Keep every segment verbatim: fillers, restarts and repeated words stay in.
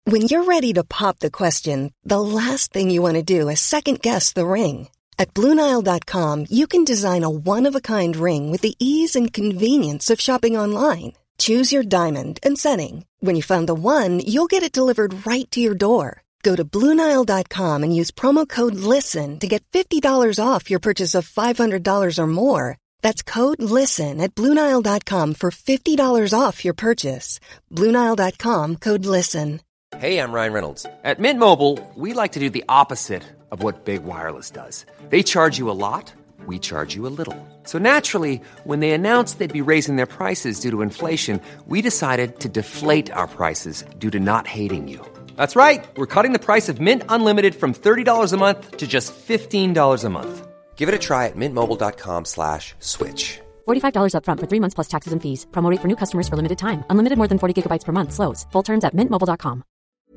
When you're ready to pop the question, the last thing you want to do is second-guess the ring. At Blue Nile dot com, you can design a one-of-a-kind ring with the ease and convenience of shopping online. Choose your diamond and setting. When you find the one, you'll get it delivered right to your door. Go to Blue Nile dot com and use promo code LISTEN to get fifty dollars off your purchase of five hundred dollars or more. That's code LISTEN at Blue Nile dot com for fifty dollars off your purchase. Blue Nile dot com, code LISTEN. Hey, I'm Ryan Reynolds. At Mint Mobile, we like to do the opposite of what Big Wireless does. They charge you a lot, we charge you a little. So naturally, when they announced they'd be raising their prices due to inflation, we decided to deflate our prices due to not hating you. That's right. We're cutting the price of Mint Unlimited from thirty dollars a month to just fifteen dollars a month. Give it a try at mintmobile.com slash switch. forty-five dollars up front for three months plus taxes and fees. Promo rate for new customers for limited time. Unlimited more than forty gigabytes per month. Slows full terms at mint mobile dot com.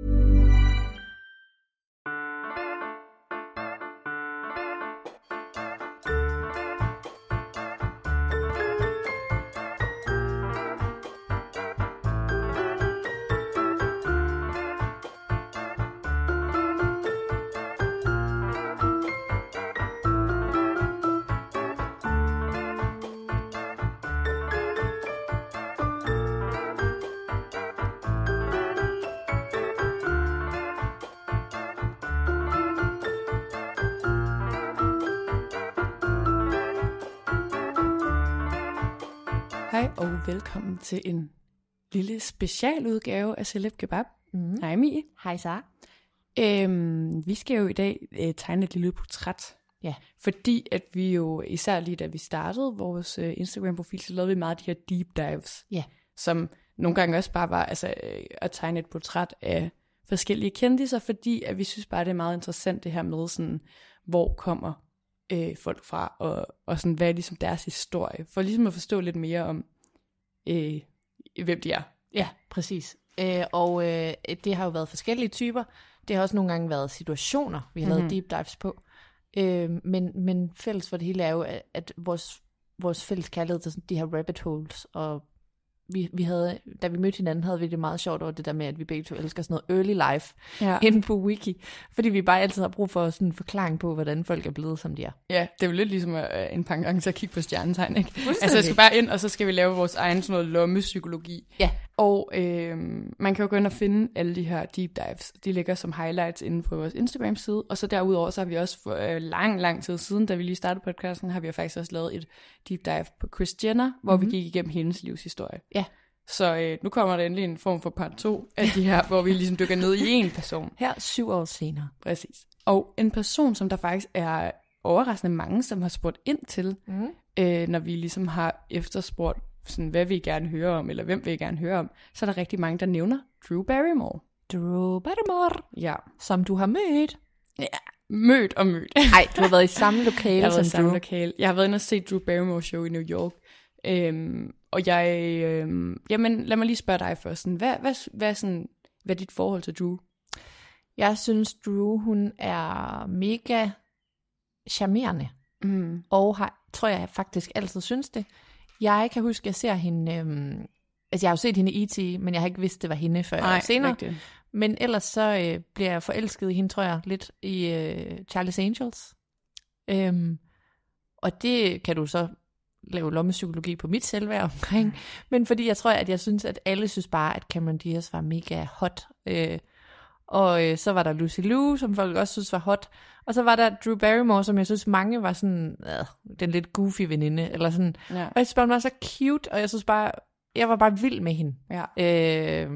Hej og velkommen til en lille specialudgave af Celeb Kebab. Mm. Hej Mie. Hej Sara. Øhm, vi skal jo i dag øh, tegne et lille portræt. Ja. Fordi at vi jo, især lige da vi startede vores øh, Instagram-profil, så lavede vi meget af de her deep dives. Ja. Som nogle gange også bare var altså, øh, at tegne et portræt af forskellige kendiser, fordi at vi synes bare, det er meget interessant det her med, sådan, hvor kommer øh, folk fra, og, og sådan, hvad er ligesom deres historie, for ligesom at forstå lidt mere om, øh, hvem de er. Ja, præcis. Øh, og øh, det har jo været forskellige typer. Det har også nogle gange været situationer, vi har mm-hmm. lavet deep dives på. Øh, men, men fælles for det hele er jo, at, at vores, vores fælles kærlighed til de her rabbit holes, og vi, vi havde, da vi mødte hinanden, havde vi det meget sjovt over det der med, at vi begge to elsker sådan noget early life ja. inde på Wiki, fordi vi bare altid har brug for sådan en forklaring på, hvordan folk er blevet, som de er. Ja, det er jo lidt ligesom en pendant til at kigge på stjernetegn, ikke? Altså, jeg skal bare ind, og så skal vi lave vores egen sådan noget lommepsykologi. Ja. Og øh, man kan jo gå ind og finde alle de her deep dives. De ligger som highlights inde på vores Instagram-side, og så derudover, så har vi også for øh, lang, lang tid siden, da vi lige startede podcasten, har vi jo faktisk også lavet et deep dive på Kris Jenner, hvor mm-hmm. vi gik igennem hendes livshistorie. Ja. Så øh, nu kommer der endelig en form for part to af de her, hvor vi ligesom dykker ned i en person. Her syv år senere. Præcis. Og en person, som der faktisk er overraskende mange, som har spurgt ind til, mm. øh, når vi ligesom har efterspurgt, sådan, hvad vi gerne høre om, eller hvem vi gerne høre om, så er der rigtig mange, der nævner Drew Barrymore. Drew Barrymore. Ja. Som du har mødt. Ja, mødt og mødt. Nej, du har været i samme lokale jeg har været som i samme Drew. lokale. Jeg har været inde og set Drew Barrymore show i New York. Øhm, og jeg, øhm, jamen lad mig lige spørge dig først. Sådan, hvad, hvad, hvad, sådan, hvad er dit forhold til Drew? Jeg synes, Drew, hun er mega charmerende. Mm. Og har, tror jeg faktisk altid synes det. Jeg kan huske, at jeg ser hende... Øhm, altså, jeg har jo set hende i E T, men jeg har ikke vidst, det var hende før Ej, senere. Rigtigt. Men ellers så øh, bliver jeg forelsket i hende, tror jeg, lidt i øh, Charlie's Angels. Øhm, og det kan du så lave lommepsykologi på mit selvværd omkring. Men fordi jeg tror, at jeg synes, at alle synes bare, at Cameron Diaz var mega hot. Øh, og øh, så var der Lucy Liu, som folk også synes var hot. Og så var der Drew Barrymore, som jeg synes mange var sådan, øh, den lidt goofy veninde. Eller sådan. Ja. Og jeg synes bare, hun var så cute, og jeg synes bare, jeg var bare vild med hende. Ja. Øh,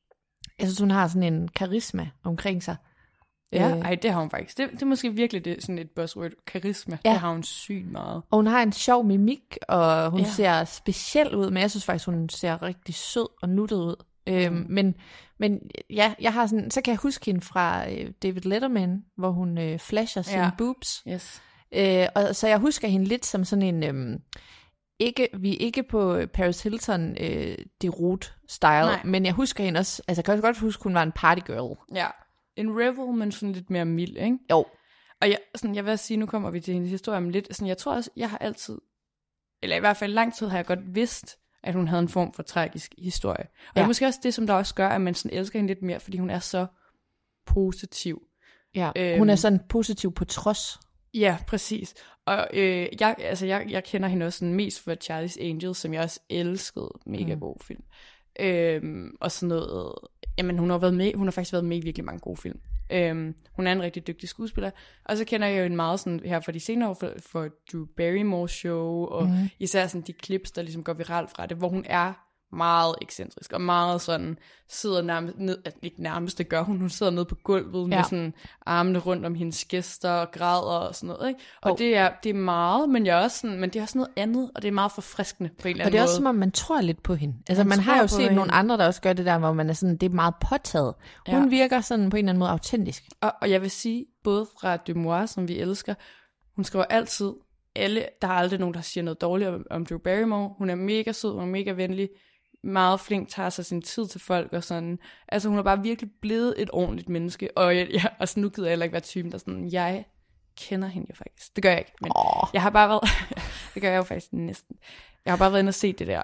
jeg synes, hun har sådan en karisma omkring sig. Ja, øh, ej, det har hun faktisk. Det, det er måske virkelig det, sådan et buzzword, karisma. Ja. Det har hun sygt meget. Og hun har en sjov mimik, og hun ja. ser speciel ud, men jeg synes faktisk, hun ser rigtig sød og nuttet ud. Mm. Øhm, men, men ja, jeg har sådan, så kan jeg huske hende fra øh, David Letterman, hvor hun øh, flasher sine ja. boobs. Yes. Øh, og så jeg husker hende lidt som sådan en... Øh, Ikke, vi er ikke på Paris Hilton øh, Deroute-style, men jeg husker hende også, altså jeg kan også godt huske, hun var en partygirl. Ja, en rebel, men sådan lidt mere mild, ikke? Jo. Og jeg, sådan, jeg vil sige, nu kommer vi til hendes historie om lidt, sådan, jeg tror også, jeg har altid, eller i hvert fald lang tid har jeg godt vidst at hun havde en form for tragisk historie. Og Ja. det er måske også det, som der også gør, at man sådan elsker hende lidt mere, fordi hun er så positiv. Ja, Øhm. hun er sådan positiv på trods. Ja, præcis. Og øh, jeg, altså, jeg, jeg kender hende også sådan mest for Charlie's Angels, som jeg også elskede. Mega mm. god film. Øhm, og sådan noget... Jamen, hun har, været med, hun har faktisk været med i virkelig mange gode film. Øhm, hun er en rigtig dygtig skuespiller. Og så kender jeg jo en meget sådan her for de senere år for, for Drew Barrymore show, og mm. især sådan de clips, der ligesom går viralt fra det, hvor hun er meget ekscentrisk, og meget sådan, sidder nærmest, ned, ikke nærmest, det gør hun, hun sidder nede på gulvet, ja. med sådan armene rundt om hendes gæster, og græder og sådan noget, ikke? Og oh. det, er, det er meget, men jeg er også sådan, men det er også noget andet, og det er meget forfriskende på en eller anden måde. Og det er måde. Også som om, man tror lidt på hende. Altså man, man har jo set hende. Nogle andre, der også gør det der, hvor man er sådan, det er meget påtaget. Hun ja. virker sådan på en eller anden måde autentisk. Og, og jeg vil sige, både fra Deuxmoi, som vi elsker, hun skriver altid, alle, der er aldrig nogen, der siger noget dårligt om, om Drew Barrymore. Hun er mega sød, hun er mega venlig, meget flink, tager sig sin tid til folk og sådan. Altså hun er bare virkelig blevet et ordentligt menneske. Og jeg, jeg, altså, nu gider jeg heller ikke være typen, der sådan, jeg kender hende jo faktisk. Det gør jeg ikke, men oh. jeg har bare været, det gør jeg jo faktisk næsten. Jeg har bare været inde og set det der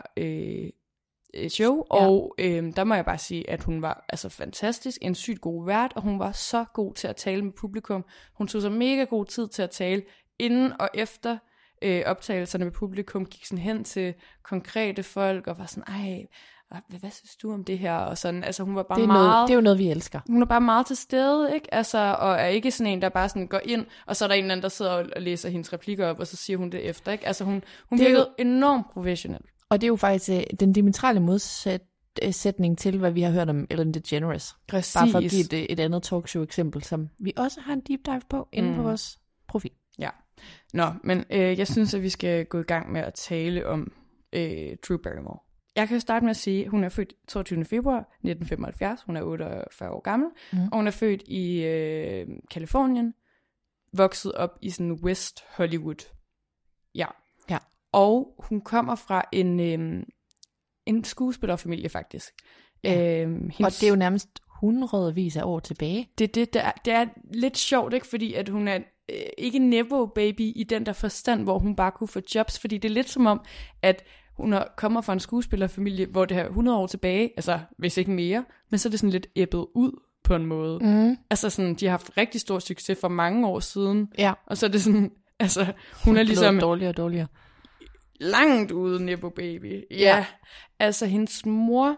øh, show, ja. og øh, der må jeg bare sige, at hun var altså fantastisk, en sygt god vært, og hun var så god til at tale med publikum. Hun tog sig mega god tid til at tale inden og efter øh, optagelserne med publikum, gik sådan hen til konkrete folk og var sådan, ej, hvad, hvad synes du om det her? Og sådan, altså hun var bare det er meget... Noget, det er jo noget, vi elsker. Hun er bare meget til stede, ikke? Altså, og er ikke sådan en, der bare sådan går ind, og så er der en eller anden, der sidder og læser hendes replikker op, og så siger hun det efter, ikke? Altså hun, hun virkede jo enormt professionel. Og det er jo faktisk øh, den diametrale modsætning til, hvad vi har hørt om Ellen DeGeneres. Præcis. Bare for at give et, et andet talkshow-eksempel, som vi også har en deep dive på inde mm. på vores profil. Ja. Nå, men øh, jeg synes, at vi skal gå i gang med at tale om øh, Drew Barrymore. Jeg kan starte med at sige, at hun er født toogtyvende februar nitten femoghalvfjerds. Hun er otteogfyrre år gammel, mm. og hun er født i øh, Californien, vokset op i sådan West Hollywood. Ja. ja. Og hun kommer fra en, øh, en skuespillerfamilie, faktisk. Ja. Øh, hendes... Og det er jo nærmest hundredvis af år tilbage. Det, det, det, er, det er lidt sjovt, ikke? Fordi at hun er øh, ikke nepo baby i den der forstand, hvor hun bare kunne få jobs, fordi det er lidt som om, at hun er, kommer fra en skuespillerfamilie, hvor det er hundrede år tilbage, altså hvis ikke mere, men så er det sådan lidt æbbet ud på en måde. Mm. Altså sådan, de har haft rigtig stor succes for mange år siden, ja. og så er det sådan, altså hun er ligesom... dårligere og dårligere. Langt ude, nepo baby. Ja, ja. Altså hendes mor,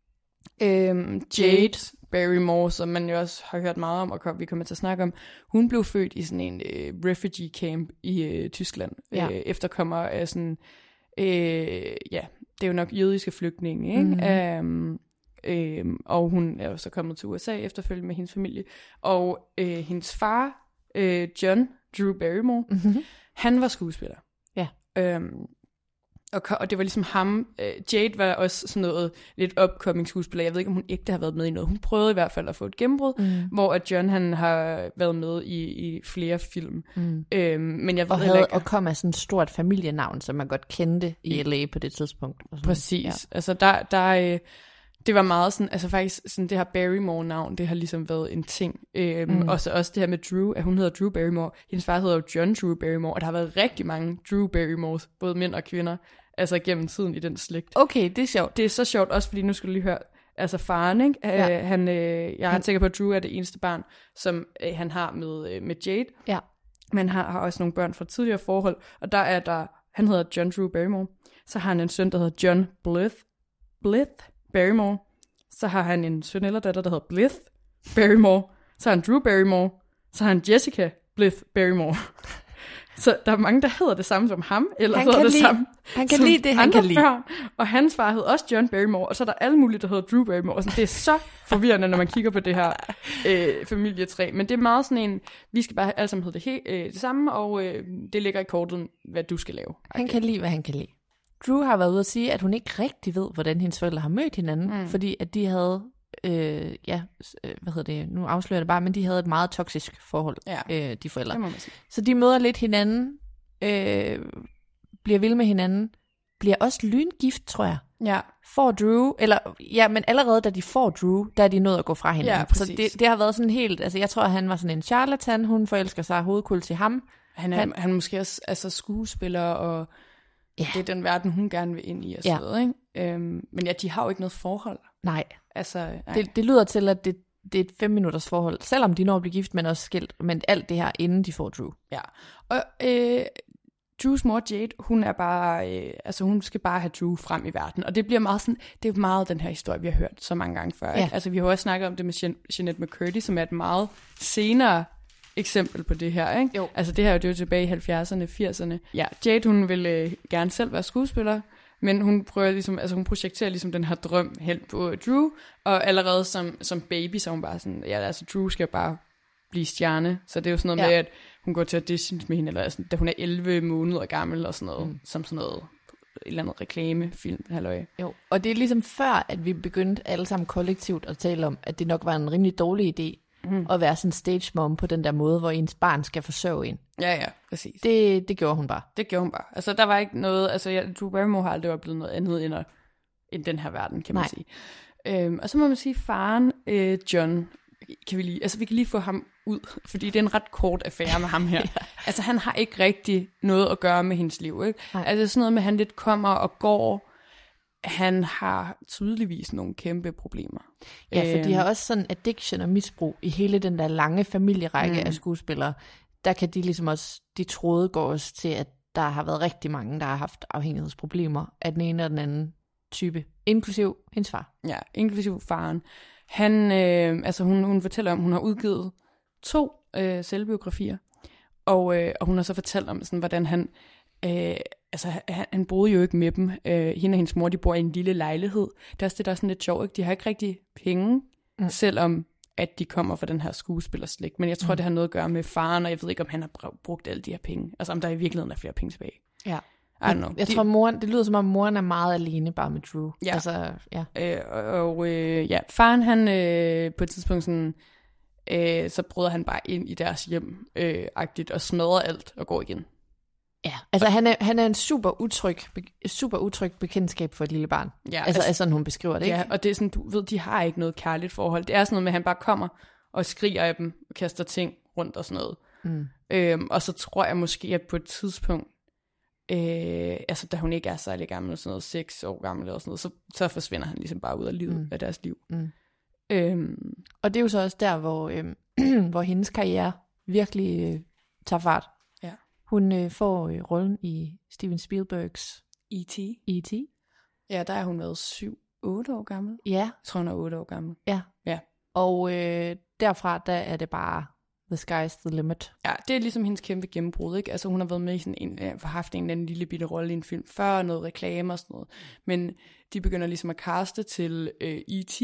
øhm, Jade Barrymore, som man jo også har hørt meget om, og vi kommer til at snakke om, hun blev født i sådan en øh, refugee camp i øh, Tyskland, ja. øh, efterkommer af sådan... Øh, ja, det er jo nok jødiske flygtninge, ikke? Mm. Øhm, øhm, og hun er jo så kommet til U S A efterfølgende med hendes familie. Og øh, hendes far, øh, John Drew Barrymore, mm-hmm. han var skuespiller. Ja. Øhm, og, og det var ligesom ham. Øh, Jade var også sådan noget lidt upcoming skuespiller. Jeg ved ikke, om hun ægte har været med i noget. Hun prøvede i hvert fald at få et gennembrud, mm. hvor at John han har været med i, i flere film. Mm. Øhm, men jeg ved og, havde, ikke, og kom af sådan et stort familienavn, som man godt kendte i L A på det tidspunkt. Og sådan. Præcis. Ja. Altså der, der øh, det var meget sådan, altså faktisk sådan det her Barrymore-navn, det har ligesom været en ting. Øhm, mm. Og så også det her med Drew, at hun hedder Drew Barrymore. Hendes far hedder jo John Drew Barrymore, og der har været rigtig mange Drew Barrymores, både mænd og kvinder, altså gennem tiden i den slægt. Okay, det er sjovt. Det er så sjovt, også fordi nu skal du lige høre, altså faren, ikke? Ja. Øh, han, øh, jeg er han... sikker på, at Drew er det eneste barn, som øh, han har med, øh, med Jade. Ja. Men han har også nogle børn fra tidligere forhold, og der er der, han hedder John Drew Barrymore. Så har han en søn, der hedder John Blyth, Blyth Barrymore. Så har han en søn eller datter, der hedder Blyth Barrymore. Så har han Drew Barrymore. Så har han Jessica Blyth Barrymore. Så der er mange, der hedder det samme som ham, eller han hedder det lide, samme han kan lide det, han kan lide. Børn. Og hans far hed også John Barrymore, og så er der alle mulige, der hedder Drew Barrymore. Så det er så forvirrende, når man kigger på det her øh, familietræ. Men det er meget sådan en, vi skal bare alle sammen hedde det, he- øh, det samme, og øh, det ligger i kortet, hvad du skal lave. Okay. Han kan lide, hvad han kan lide. Drew har været ude at sige, at hun ikke rigtig ved, hvordan hendes forældre har mødt hinanden, mm. fordi at de havde, øh, ja, hvad hedder det, nu afslører jeg det bare, men de havde et meget toksisk forhold, ja. øh, de forældre. Så de møder lidt hinanden, øh, bliver vilde med hinanden, bliver også lyngift, tror jeg. Ja. Får Drew, eller ja, men allerede da de får Drew, der er de nødt at gå fra hinanden. Ja, så det, det har været sådan helt, altså jeg tror, at han var sådan en charlatan, hun forelsker sig hovedkul til ham. Han er, han, han måske også altså skuespiller og Ja. Det er den verden, hun gerne vil ind i og sådan ja. noget, ikke? Øhm, men ja, de har jo ikke noget forhold. Nej. Altså, nej. Det, det lyder til, at det, det er et fem minutters forhold, selvom de når at blive gift, men også skilt. Men alt det her, inden de får Drew. Ja, og øh, Drews mor Jade, hun er bare, øh, altså hun skal bare have Drew frem i verden. Og det bliver meget sådan, det er meget den her historie, vi har hørt så mange gange før. Ikke? Ja. Altså vi har også snakket om det med Jean- Jeanette McCurdy, som er et meget senere eksempel på det her, ikke? Jo. Altså det her det er jo tilbage i halvfjerdserne, firserne. Ja, Jade, hun vil øh, gerne selv være skuespiller, men hun prøver ligesom, altså hun projekterer ligesom den her drøm hen på Drew, og allerede som, som baby, så hun bare sådan, ja, altså Drew skal bare blive stjerne, så det er jo sådan noget ja. med, at hun går til auditions med hende, eller sådan, da hun er elleve måneder gammel, og sådan noget, mm. som sådan noget, et eller andet reklamefilm, halløj. Jo, og det er ligesom før, at vi begyndte alle sammen kollektivt at tale om, at det nok var en rimelig dårlig idé, mm. at være sådan en stage mom på den der måde, hvor ens barn skal forsørge en. Ja, ja, præcis. Det, det gjorde hun bare. Det gjorde hun bare. Altså, der var ikke noget, altså, ja, Drew Barrymore har aldrig været blevet noget andet end, at, end den her verden, kan man Nej. sige. Øhm, og så må man sige, faren, øh, John, kan vi lige, altså vi kan lige få ham ud, fordi det er en ret kort affære med ham her. ja. Altså, han har ikke rigtig noget at gøre med hendes liv, ikke? Nej. Altså, sådan noget med, at han lidt kommer og går. Han har tydeligvis nogle kæmpe problemer. Ja, for de har også sådan addiction og misbrug i hele den der lange familierække mm. af skuespillere. Der kan de ligesom også, de tråde går også til, at der har været rigtig mange, der har haft afhængighedsproblemer af den ene og den anden type, inklusiv hendes far. Ja, inklusiv faren. Han, øh, altså hun, hun fortæller om, hun har udgivet to øh, selvbiografier, og, øh, og hun har så fortalt om, sådan, hvordan han, øh, altså han, han boede jo ikke med dem. Øh, hende og hendes mor, de bor i en lille lejlighed. Det er også det, der er sådan lidt sjovt, ikke? De har ikke rigtig penge, mm. selvom at de kommer fra den her skuespillerslægt. Men jeg tror, mm. det har noget at gøre med faren, og jeg ved ikke, om han har brugt alle de her penge. Altså om der i virkeligheden er flere penge tilbage. Ja. I don't know. Jeg tror, moren, det lyder som om moren er meget alene bare med Drew. Ja. Altså, ja. Øh, og og øh, ja, faren han øh, på et tidspunkt sådan, øh, så bryder han bare ind i deres hjem, øh, agtigt, og smadrer alt og går igen. Ja, altså og, han, er, han er en super utryg, super utryg bekendtskab for et lille barn. Ja, altså, altså sådan hun beskriver det, ikke? Ja, og det er sådan, du ved, de har ikke noget kærligt forhold. Det er sådan noget med, at han bare kommer og skriger af dem, og kaster ting rundt og sådan noget. Mm. Øhm, og så tror jeg måske, at på et tidspunkt, Øh, altså da hun ikke er særlig gammel, sådan noget seks år gammel eller sådan noget, så, så forsvinder han ligesom bare ud af livet, mm. af deres liv. Mm. Øhm, og det er jo så også der, hvor, øh, hvor hendes karriere virkelig øh, tager fart. Ja. Hun øh, får øh, rollen i Steven Spielbergs E T E T Ja, der er hun været syv otte år gammel. Ja. Jeg tror, hun er otte år gammel. Ja. Ja. Og øh, derfra, der er det bare the sky's the limit. Ja, det er ligesom hendes kæmpe gennembrud, ikke? Altså hun har været med i sådan en, har haft en eller anden lille bitte rolle i en film før, noget reklame og sådan noget. Men de begynder ligesom at caste til øh, E T,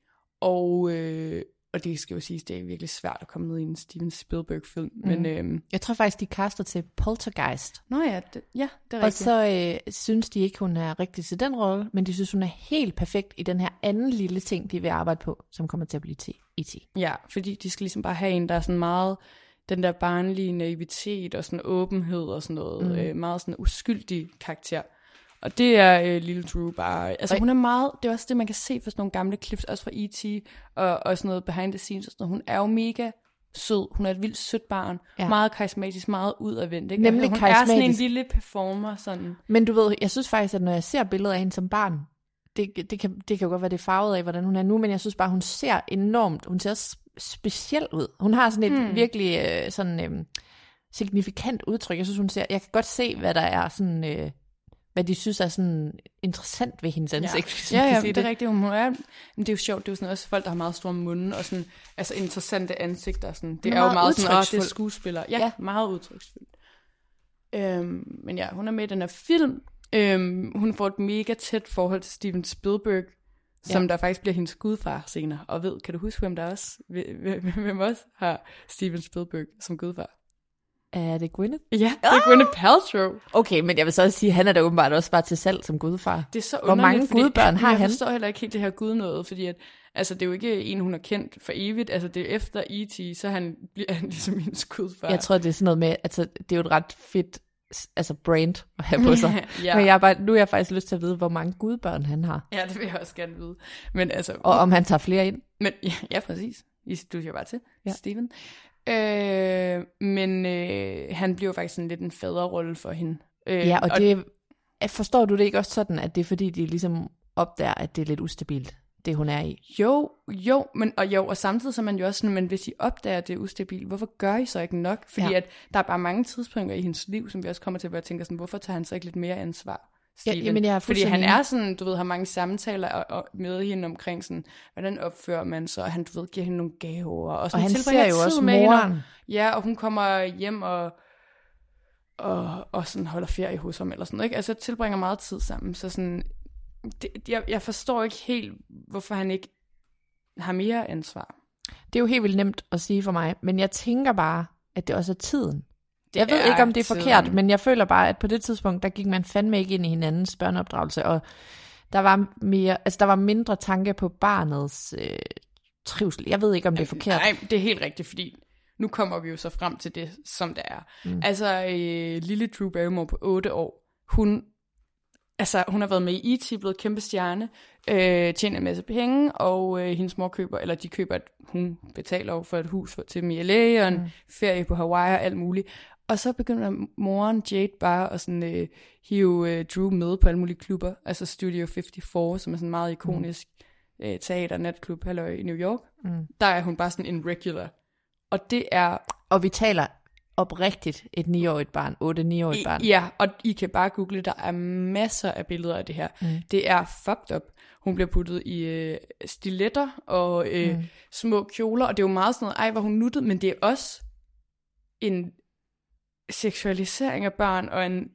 og, øh, og det skal jo siges, det er virkelig svært at komme ned i en Steven Spielberg-film. Mm. Men, øh, jeg tror faktisk, de caster til Poltergeist. Nå ja, det, ja, det er og rigtigt. Og så øh, synes de ikke, hun er rigtig til den rolle, men de synes, hun er helt perfekt i den her anden lille ting, de vil arbejde på, som kommer til at blive til E T. Ja, fordi de skal ligesom bare have en, der er sådan meget, den der barnlige naivitet og sådan åbenhed og sådan noget, mm. øh, meget sådan uskyldig karakter. Og det er øh, lille Drew bare, altså hun er meget, det er også det, man kan se for sådan nogle gamle clips, også fra E T og, og sådan noget behind the scenes og sådan noget. Hun er jo mega sød, hun er et vildt sødt barn, ja. Meget karismatisk, meget udadvendt, ikke? Nemlig hun karismatisk. Er sådan en lille performer, sådan. Men du ved, jeg synes faktisk, at når jeg ser billeder af hende som barn, det, det, kan, det kan jo godt være, det er farvet af, hvordan hun er nu, men jeg synes bare, hun ser enormt, hun ser også speciel ud. Hun har sådan et hmm. virkelig øh, sådan øh, signifikant udtryk. Jeg synes, hun ser, jeg kan godt se, hvad der er sådan, øh, hvad de synes er sådan interessant ved hendes ansigt. Ja, ja, ja det er rigtigt. Hun er, men det er jo sjovt, det er jo sådan også folk, der har meget store munde og sådan, altså interessante ansigter. Sådan. Det er, er jo meget sådan, åh, det er skuespiller. Ja, ja. Meget udtryksfuldt. Øhm, men ja, hun er med i den her film. Øhm, hun får et mega tæt forhold til Steven Spielberg, som ja. Der faktisk bliver hendes gudfar senere. Og ved, kan du huske, hvem der også, hvem også har Steven Spielberg som gudfar? Er det Gwyneth? Ja, det er oh! Gwyneth Paltrow. Okay, men jeg vil så også sige, at han er da åbenbart også bare til salg som gudfar. Det er så Hvor mange gudbørn har jeg han? Jeg forstår heller ikke helt det her gud noget, fordi at, altså, det er jo ikke en, hun har kendt for evigt. Altså, det er efter E T, så han bliver han ligesom hendes gudfar. Jeg tror, det er sådan noget med, altså, det er jo et ret fedt altså brand at have på sig. Ja. Men jeg er bare, nu har jeg faktisk lyst til at vide, hvor mange gudbørn han har. Ja, det vil jeg også gerne vide. Men altså, og om han tager flere ind. Men, ja, ja, præcis. Du siger bare til, ja. Steven. Øh, men øh, han bliver faktisk sådan lidt en faderrolle for hende. Øh, ja, og, og det forstår du det ikke også sådan, at det er fordi, de ligesom opdager, at det er lidt ustabilt, det hun er i? Jo, jo, men, og jo, og samtidig så er man jo også sådan, men hvis I opdager, at det er ustabilt, hvorfor gør I så ikke nok? Fordi ja. at der er bare mange tidspunkter i hendes liv, som vi også kommer til, hvor jeg tænker sådan, hvorfor tager han så ikke lidt mere ansvar? Ja, jamen, jeg er fordi han er sådan, du ved, har mange samtaler og, og med hende omkring sådan, hvordan opfører man så, og han, du ved, giver hende nogle gaver. Og, sådan, og han ser jo også moren. Hende, ja, og hun kommer hjem og, og, og sådan holder ferie hos ham, eller sådan, ikke? Altså, tilbringer meget tid sammen, så sådan, det, jeg, jeg forstår ikke helt, hvorfor han ikke har mere ansvar. Det er jo helt vildt nemt at sige for mig, men jeg tænker bare, at det også er tiden. Jeg ved ikke, om det er forkert, men jeg føler bare, at på det tidspunkt, der gik man fandme ikke ind i hinandens børneopdragelse, og der var mere, altså der var mindre tanke på barnets øh, trivsel. Jeg ved ikke, om det er forkert. Nej, det er helt rigtigt, fordi nu kommer vi jo så frem til det, som det er. Mm. Altså, øh, lille Drew Barrymore på otte år, hun, altså, hun har været med i E T, blevet kæmpe stjerne, øh, tjener en masse penge, og øh, hendes mor køber, eller de køber, at hun betaler for et hus for, til dem i L A, og en mm. ferie på Hawaii og alt muligt. Og så begynder moren Jade bare at sådan, øh, hive øh, Drew med på alle mulige klubber. Altså Studio femoghalvfjerds, som er sådan en meget ikonisk mm. øh, teater-natklub halløj i New York. Mm. Der er hun bare sådan en regular. Og det er... Og vi taler oprigtigt et niårigt barn, otte-niårigt barn. Ja, og I kan bare google, der er masser af billeder af det her. Mm. Det er fucked up. Hun bliver puttet i øh, stiletter og øh, mm. små kjoler, og det er jo meget sådan noget, ej, hvor hun nuttet, men det er også en... seksualisering af børn og en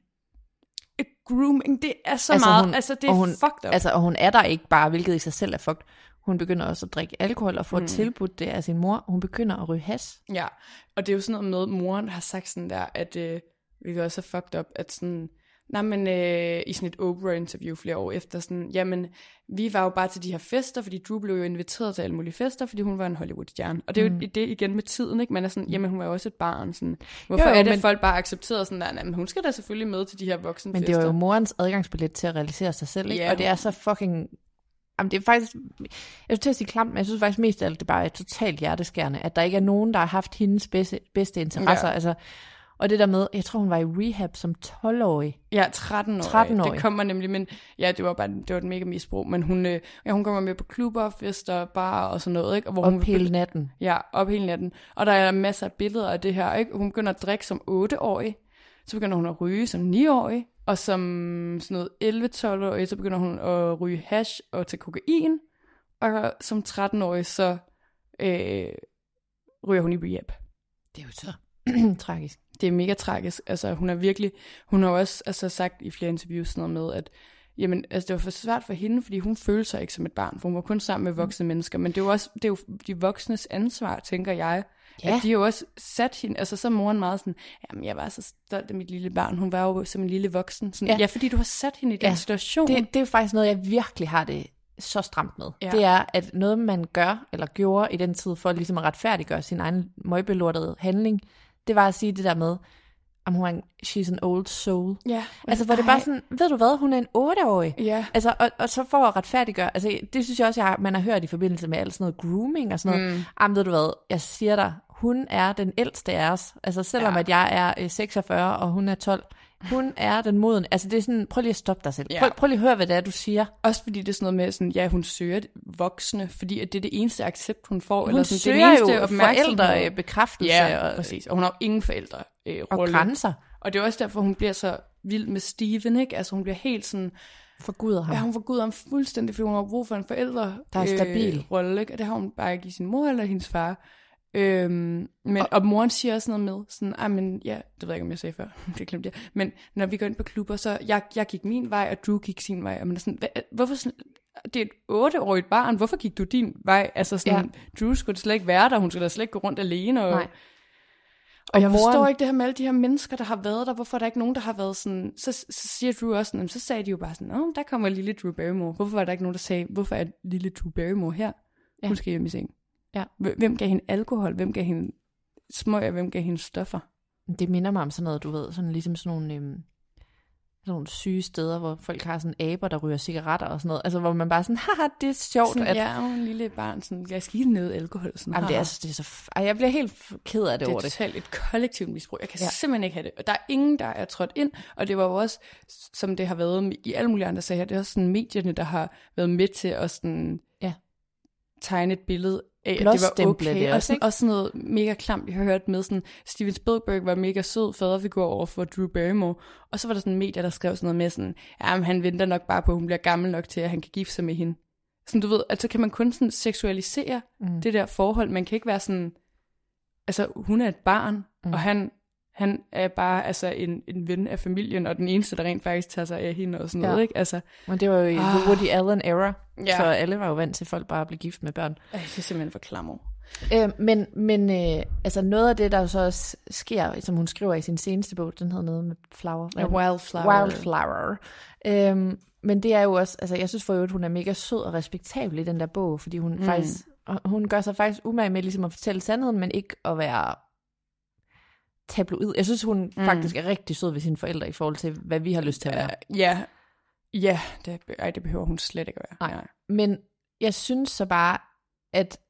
grooming, det er så altså meget, hun, altså det er hun, fucked up. Altså, og hun er der ikke bare, hvilket i sig selv er fucked. Hun begynder også at drikke alkohol og få mm. tilbudt det af sin mor. Hun begynder at ryge hash. Ja, og det er jo sådan noget med, moren har sagt sådan der, at øh, vi kan også have fucked up, at sådan, nej, men øh, i sådan et Oprah-interview flere år efter, sådan, jamen, vi var jo bare til de her fester, fordi Drew blev jo inviteret til alle mulige fester, fordi hun var en Hollywood-stjerne. Og det er jo mm. det igen med tiden, ikke? Man er sådan, jamen, hun var jo også et barn, sådan. Hvorfor jo, jo, er det, men... folk bare accepterede sådan der, jamen, hun skal da selvfølgelig med til de her voksenfester. Men det var jo morens adgangsbillet til at realisere sig selv, ikke? Yeah. Og det er så fucking... Jamen, det er faktisk... Jeg synes til at sige klamt, men jeg synes faktisk mest af alt, det bare er totalt hjerteskærende, at der ikke er nogen, der har haft hendes bedste, bedste interesser. Ja. Altså... Og det der med, jeg tror hun var i rehab som tolv-årig. Ja, tretten-årig. tretten-årig. Det kommer nemlig, men ja, det var bare det var et mega misbrug, men hun, øh, ja, hun kommer med på klubber, fester, bar og sådan noget, ikke? Og hvor op hun, hele natten. Ja, op hele natten. Og der er masser af billeder af det her, ikke? Hun begynder at drikke som otte-årig, så begynder hun at ryge som ni-årig, og som sådan noget elleve-tolv-årig, så begynder hun at ryge hash og tage kokain, og som tretten-årig, så øh, ryger hun i rehab. Det er jo så tragisk. Det er mega tragisk. Altså, hun er virkelig, hun har også altså, sagt i flere interviews sådan noget med, at jamen, altså, det var for svært for hende, fordi hun følte sig ikke som et barn, for hun var kun sammen med voksne mm. mennesker, men det er jo også det er jo de voksnes ansvar, tænker jeg, ja. At de jo også sat hende, altså så er moren meget sådan, jamen jeg var så stolt af mit lille barn, hun var jo som en lille voksen, sådan, ja. ja, fordi du har sat hende i den ja. situation. Det, det er faktisk noget, jeg virkelig har det så stramt med. Ja. Det er, at noget man gør, eller gjorde i den tid, for ligesom at retfærdiggøre sin egen møgbelortede handling, det var at sige det der med, om hun er en, she's an old soul. Ja. Altså, hvor det bare sådan, ved du hvad, hun er en otteårig. Ja. Altså, og, og så for at retfærdiggøre, altså, det synes jeg også, jeg, man har hørt i forbindelse med alt sådan noget grooming og sådan noget. Mm. Jamen, ved du hvad, jeg siger dig, hun er den ældste af os. Altså, selvom ja. at jeg er øh, seksogfyrre, og hun er tolv, hun er den moden. Altså, det er sådan, prøv lige at stoppe dig selv. Ja. Prøv, prøv lige at høre, hvad det er, du siger. Også fordi det er sådan noget med, sådan, ja, hun søger voksne, fordi at det er det eneste accept, hun får. Hun eller sådan, søger det jo forældrebekræftelse. Ja, og, præcis. Og hun har jo ingen forældre. Øh, og grænser. Og det er også derfor, hun bliver så vild med Steven, ikke? Altså, hun bliver helt sådan... Forguder ham. Ja, hun forguder ham fuldstændig, fordi hun har brug for en forælder. Der er stabil. Øh, rolle, ikke? Og det har hun bare ikke i sin mor eller hendes far. Øhm, men, og, og moren siger også noget med, sådan, ej, men ja, det ved jeg ikke, om jeg sagde før, det glemte jeg, men når vi går ind på klubber, så jeg, jeg gik min vej, og Drew gik sin vej, og man er sådan, hvad, hvorfor sådan, det er et otteårigt barn, hvorfor gik du din vej, altså sådan, ja. Drew skulle slet ikke være der, hun skulle da slet ikke gå rundt alene, og, Nej. og, og jeg moren... forstår ikke det her med alle de her mennesker, der har været der, hvorfor er der ikke nogen, der har været sådan, så, så siger Drew også sådan, så sagde de jo bare sådan, åh, der kommer lille Drew Barrymore, hvorfor var der ikke nogen, der sagde, hvorfor er lille Drew Barrymore her, ja. Hun skal hjem i seng. Ja. Hvem gav hende alkohol? Hvem gav hende smøger? Hvem gav hende stoffer? Det minder mig om sådan noget, du ved, sådan ligesom sådan nogle, øhm, sådan sådan nogle syge steder, hvor folk har sådan aber, der ryger cigaretter og sådan noget. Altså, hvor man bare sådan, haha, det er sjovt. Sådan, at... Ja, og en lille barn, sådan, jeg skal ikke ned alkohol. Sådan, Jamen, det er, det er så... F- Ej, jeg bliver helt ked af det, det over det. Det er totalt et kollektivt misbrug. Jeg kan Ja. simpelthen ikke have det. Og der er ingen, der er trådt ind. Og det var jo også, som det har været i alle mulige andre sager, det er også sådan medierne, der har været med til at sådan, Ja. tegne et billede af, at det Blåstemple var okay. det og også, sådan, ikke? også sådan noget mega klamt, jeg har hørt med sådan, Steven Spielberg var mega sød faderfigur over for Drew Barrymore. Og så var der sådan medier, der skrev sådan noget med sådan, ja, men han venter nok bare på, at hun bliver gammel nok til, at han kan gifte sig med hende. Sådan, du ved, altså kan man kun sådan seksualisere mm. det der forhold. Man kan ikke være sådan, altså hun er et barn, mm. og han, han er bare altså en, en ven af familien, og den eneste, der rent faktisk tager sig af hende og sådan ja. noget, ikke? Altså, men det var jo i ah. The Woody Allen era, Ja. så alle var jo vant til, at folk bare blev gift med børn. øh, det er simpelthen for klammer. Øh, men men øh, altså noget af det, der jo så også sker, som hun skriver i sin seneste bog, den hedder noget med flower. Ja, Wildflower. Wildflower. Øhm, men det er jo også, altså jeg synes for øvrigt, hun er mega sød og respektabel i den der bog, fordi hun mm. faktisk, hun gør sig faktisk umage med ligesom at fortælle sandheden, men ikke at være tabloid. Jeg synes, hun mm. faktisk er rigtig sød ved sine forældre i forhold til, hvad vi har lyst til at være. Uh, ja, ja, det, ej, det behøver hun slet ikke at være. Nej, men jeg synes så bare, at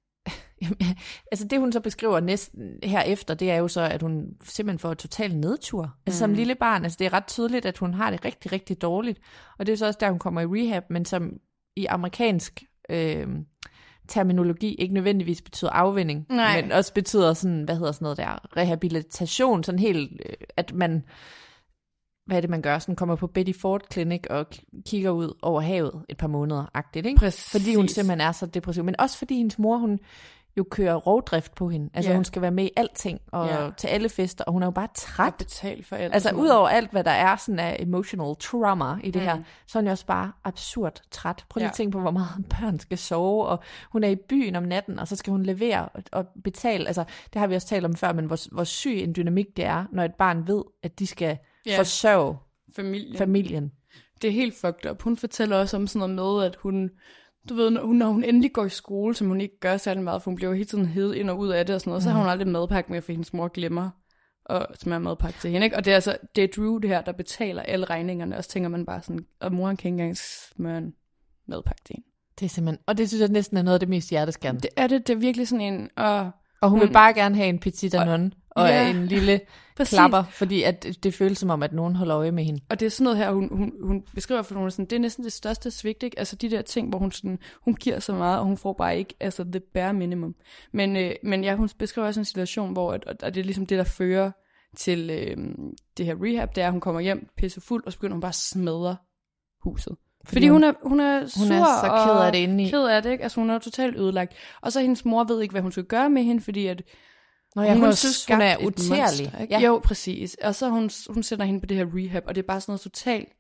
altså det hun så beskriver næsten herefter, det er jo så, at hun simpelthen får et total nedtur. Altså mm. som lille barn, altså det er ret tydeligt, at hun har det rigtig, rigtig dårligt. Og det er så også der, hun kommer i rehab, men som i amerikansk øh, terminologi ikke nødvendigvis betyder afvinding, Nej. men også betyder sådan, hvad hedder sådan noget der, rehabilitation, sådan helt, øh, at man, hvad er det, man gør? Sådan kommer på Betty Ford Clinic og k- kigger ud over havet et par måneder-agtigt, ikke? Præcis. Fordi hun simpelthen er så depressiv. Men også fordi hendes mor, hun jo kører rovdrift på hende. Altså Ja. hun skal være med i alting, og Ja. til alle fester, og hun er jo bare Og træt. betale for alt. Altså sådan ud over alt, hvad der er sådan af emotional trauma i det Mm. her, så er hun jo også bare absurd træt. Prøv lige Ja. at tænke på, hvor meget børn skal sove, og hun er i byen om natten, og så skal hun levere og, og betale. Altså det har vi også talt om før, men hvor, hvor syg en dynamik det er, når et barn ved, at de skal Ja. forsørge familien. familien. Det er helt fucked up. Hun fortæller også om sådan noget med, at hun, du ved, når hun, når hun endelig går i skole, som hun ikke gør særlig meget, for hun bliver jo hele tiden hed ind og ud af det og sådan noget, mm. så har hun aldrig madpakke med, for hendes mor glemmer at smøre madpakke til hende, ikke? Og det er altså, det er Drew det her, der betaler alle regningerne, og så tænker man bare sådan, og moren kan ikke engang smøre en madpakke til hende. Det er simpelthen, og det synes jeg næsten er noget af det mest hjerteskærende. Det er det, det er virkelig sådan en, og Og hun hun- vil bare gerne have en petit danone og, og Ja, en lille præcis. klapper, fordi at det føles som om, at nogen holder øje med hende. Og det er sådan noget her, hun, hun, hun beskriver, for hun er sådan, det er næsten det største svigt, ikke? Altså de der ting, hvor hun sådan, hun giver så meget, og hun får bare ikke, altså the bare minimum. Men, øh, men ja, hun beskriver også en situation, hvor, at, og det er ligesom det, der fører til øh, det her rehab, det er, at hun kommer hjem pissefuld, og så begynder hun bare at smadre huset. Fordi, Fordi hun, hun er, hun er sur hun er så ked af og det indeni. ked af det, ikke? Altså hun er totalt ødelagt. Og så hendes mor ved ikke, hvad hun skal gøre med hende, fordi at Nå ja, hun, hun synes, hun er skabt et utærlig. monster, ikke? Ja. Jo, præcis. Og så hun, hun sender hende på det her rehab, og det er bare sådan noget totalt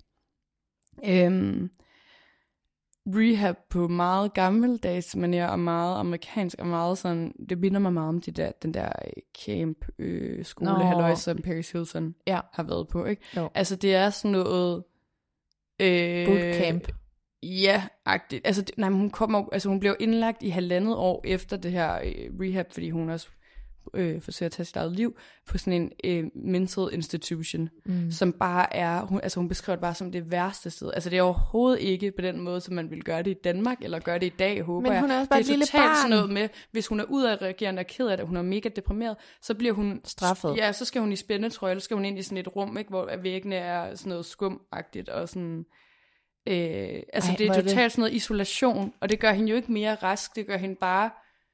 øhm, rehab på meget gammeldags manier, og meget amerikansk, og meget sådan, det minder mig meget om de der, den der camp øh, skole, Nå. halløj, som Paris Hilton Ja. har været på, ikke? Jo. Altså det er sådan noget øh, Bootcamp. Ja, agtigt. Altså, det, nej, men hun kommer, altså hun blev indlagt i halvandet år efter det her øh, rehab, fordi hun også øh, forsøger at tage sit eget liv på sådan en øh, mental institution, mm. som bare er, hun, altså hun beskriver det bare som det værste sted. Altså det er overhovedet ikke på den måde, som man vil gøre det i Danmark, eller gøre det i dag, håber Men hun er jeg. også bare det et er lille totalt barn. sådan noget med, hvis hun er udadreagerende og ked af det, hun er mega deprimeret, så bliver hun Straffet. Ja, så skal hun i spændetrøje, eller så skal hun ind i sådan et rum, ikke, hvor væggene er sådan noget skumagtigt, og sådan... Øh, altså Ej, det hvor er er det- totalt sådan noget isolation, og det gør hende jo ikke mere rask, det gør hende bare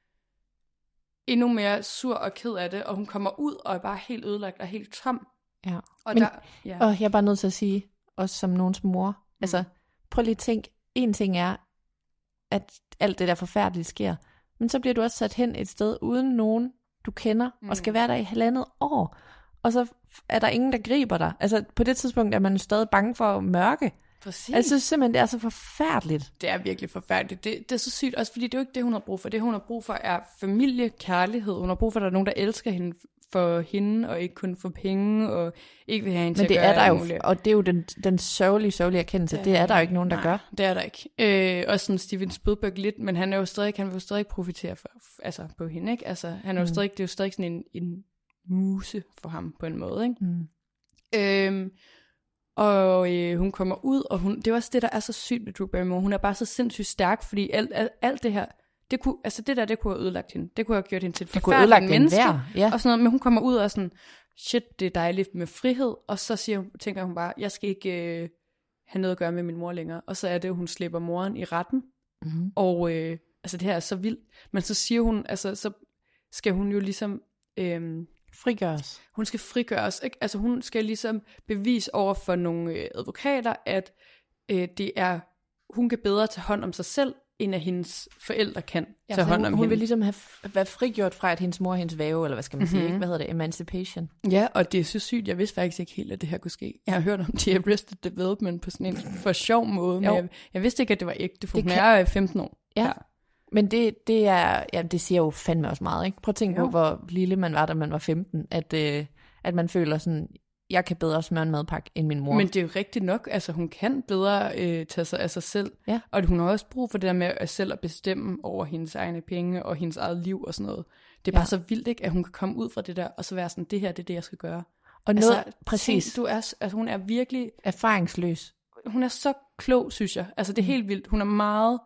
endnu mere sur og ked af det, og hun kommer ud og er bare helt ødelagt og helt tom. Ja. Og Men- der, ja. Og jeg er bare nødt til at sige, også som nogens mor, mm. altså prøv lige at tænke, en ting er, at alt det der forfærdelige sker, men så bliver du også sat hen et sted uden nogen, du kender, mm. og skal være der i halvandet år, og så er der ingen, der griber dig. Altså på det tidspunkt er man jo stadig bange for mørke. Præcis. Altså, jeg synes simpelthen, det er så forfærdeligt. Det er virkelig forfærdeligt. Det, det er så sygt, også fordi det er jo ikke det, hun har brug for. Det, hun har brug for, er familie, kærlighed. Hun har brug for, at der er nogen, der elsker hende for hende, og ikke kun for penge, og ikke vil have hende Men til det at gøre er der alt jo, muligt. og det er jo den, den sørgelige, sørgelige erkendelse. Det, det er der jo ikke nogen, der Nej, gør. det er der ikke. Øh, også sådan Steven Spielberg lidt, men han er jo stadig, han vil jo stadig profitere for, altså på hende, ikke? Altså, han er jo Mm. stadig, det er jo stadig sådan en, en muse for ham på en måde, ikke? Mm. Øhm, Og øh, hun kommer ud, og hun, det er også det, der er så sygt med Drew Barrymore. Hun er bare så sindssygt stærk, fordi alt, alt, alt det her, det kunne, altså det der, det kunne have ødelagt hende. Det kunne have gjort hende til et forfærdeligt menneske. Ja. Og sådan noget, men hun kommer ud og sådan, shit, det er dejligt med frihed. Og så siger hun, tænker hun bare, jeg skal ikke øh, have noget at gøre med min mor længere. Og så er det, hun slipper moren i retten. Mm-hmm. Og øh, altså det her er så vildt. Men så siger hun, altså så skal hun jo ligesom... Øh, frigøres. Hun skal frigøres, ikke? Altså hun skal ligesom bevise over for nogle øh, advokater, at øh, det er, hun kan bedre tage hånd om sig selv, end at hendes forældre kan ja, tage hånd hun, om hun hende. vil ligesom have være frigjort fra, at hendes mor er hendes væve, eller hvad skal man sige, mm-hmm. ikke? Hvad hedder det? Emancipation. Ja, og det er så sygt. Jeg vidste faktisk ikke helt, at det her kunne ske. Jeg har hørt om de Arrested Development på sådan en for sjov måde, men jeg, jeg vidste ikke, at det var ægte, for det hun kan... er femten år. Ja. ja. Men det, det er, ja, det siger jo fandme også meget, ikke? Prøv at tænke på, hvor lille man var, da man var femten, at, øh, at man føler sådan, jeg kan bedre smøre en madpakke end min mor. Men det er jo rigtigt nok, altså hun kan bedre øh, tage sig af sig selv, ja. Og hun har også brug for det der med at selv at bestemme over hendes egne penge og hendes eget liv og sådan noget. Det er bare ja. så vildt, ikke, at hun kan komme ud fra det der, og så være sådan, det her, det er det, jeg skal gøre. Og noget, altså, præcis. Tænk, du er, altså, hun er virkelig... erfaringsløs. Hun er så klog, synes jeg. Altså det er helt vildt. Hun er meget...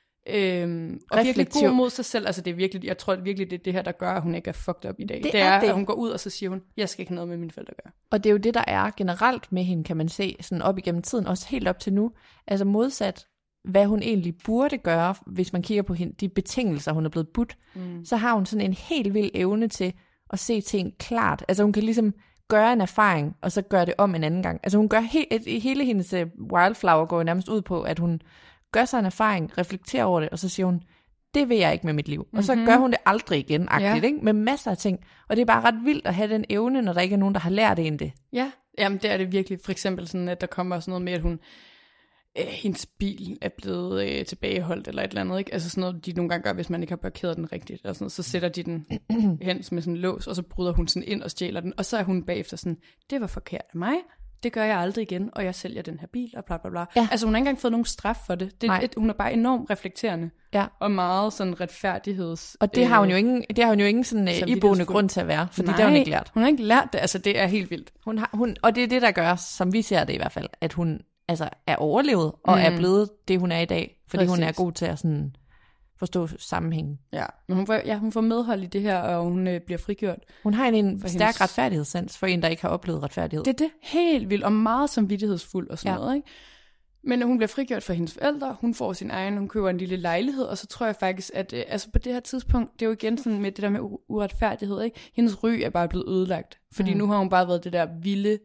Øhm, og virkelig god mod sig selv. Altså det er virkelig, jeg tror virkelig, det er det her, der gør, at hun ikke er fucked up i dag. Det, det er, er det. At hun går ud, og så siger hun, jeg skal ikke have noget med mine forældre at gøre. Og det er jo det, der er generelt med hende, kan man se, sådan op igennem tiden, også helt op til nu. Altså modsat, hvad hun egentlig burde gøre, hvis man kigger på hende, de betingelser, hun er blevet budt, mm. så har hun sådan en helt vild evne til at se ting klart. Altså hun kan ligesom gøre en erfaring, og så gøre det om en anden gang. Altså hun gør he- hele hendes uh, Wildflower går nærmest ud på, at hun gør sig en erfaring, reflekterer over det, og så siger hun, det vil jeg ikke med mit liv. Mm-hmm. Og så gør hun det aldrig igen, agtigt, ja. Ikke? Med masser af ting. Og det er bare ret vildt at have den evne, når der ikke er nogen, der har lært en det. Ja, jamen det er det virkelig. For eksempel sådan, at der kommer sådan noget med, at hun, øh, hendes bil er blevet øh, tilbageholdt, eller et eller andet, ikke? Altså sådan noget, de nogle gange gør, hvis man ikke har parkeret den rigtigt, eller sådan noget, så sætter de den hen med sådan en lås, og så bryder hun sådan ind og stjæler den, og så er hun bagefter sådan, det var forkert af mig. Det gør jeg aldrig igen, og jeg sælger den her bil, og bla bla bla. Ja. Altså hun har ikke engang fået nogen straf for det. det et, hun er bare enormt reflekterende, ja. Og meget sådan retfærdigheds... Og det har hun jo ingen, det har hun jo ingen sådan uh, iboende grund til at være, fordi Nej, det har hun ikke lært. hun har ikke lært det, altså det er helt vildt. Hun har, hun, og det er det, der gør, som vi ser det i hvert fald, at hun altså, er overlevet, og mm. er blevet det, hun er i dag, fordi Præcis. Hun er god til at sådan... forstå sammenhængen. Ja, men hun får, ja, hun får medhold i det her, og hun øh, bliver frigjort. Hun har en, en stærk hendes... retfærdighedssans for en, der ikke har oplevet retfærdighed. Det er det helt vildt, og meget samvittighedsfuld og sådan ja. Noget, ikke? Men hun bliver frigjort fra hendes forældre, hun får sin egen, hun køber en lille lejlighed, og så tror jeg faktisk, at øh, altså på det her tidspunkt, det er jo igen sådan med det der med u- uretfærdighed, ikke? Hendes ry er bare blevet ødelagt, fordi mm. nu har hun bare været det der vilde,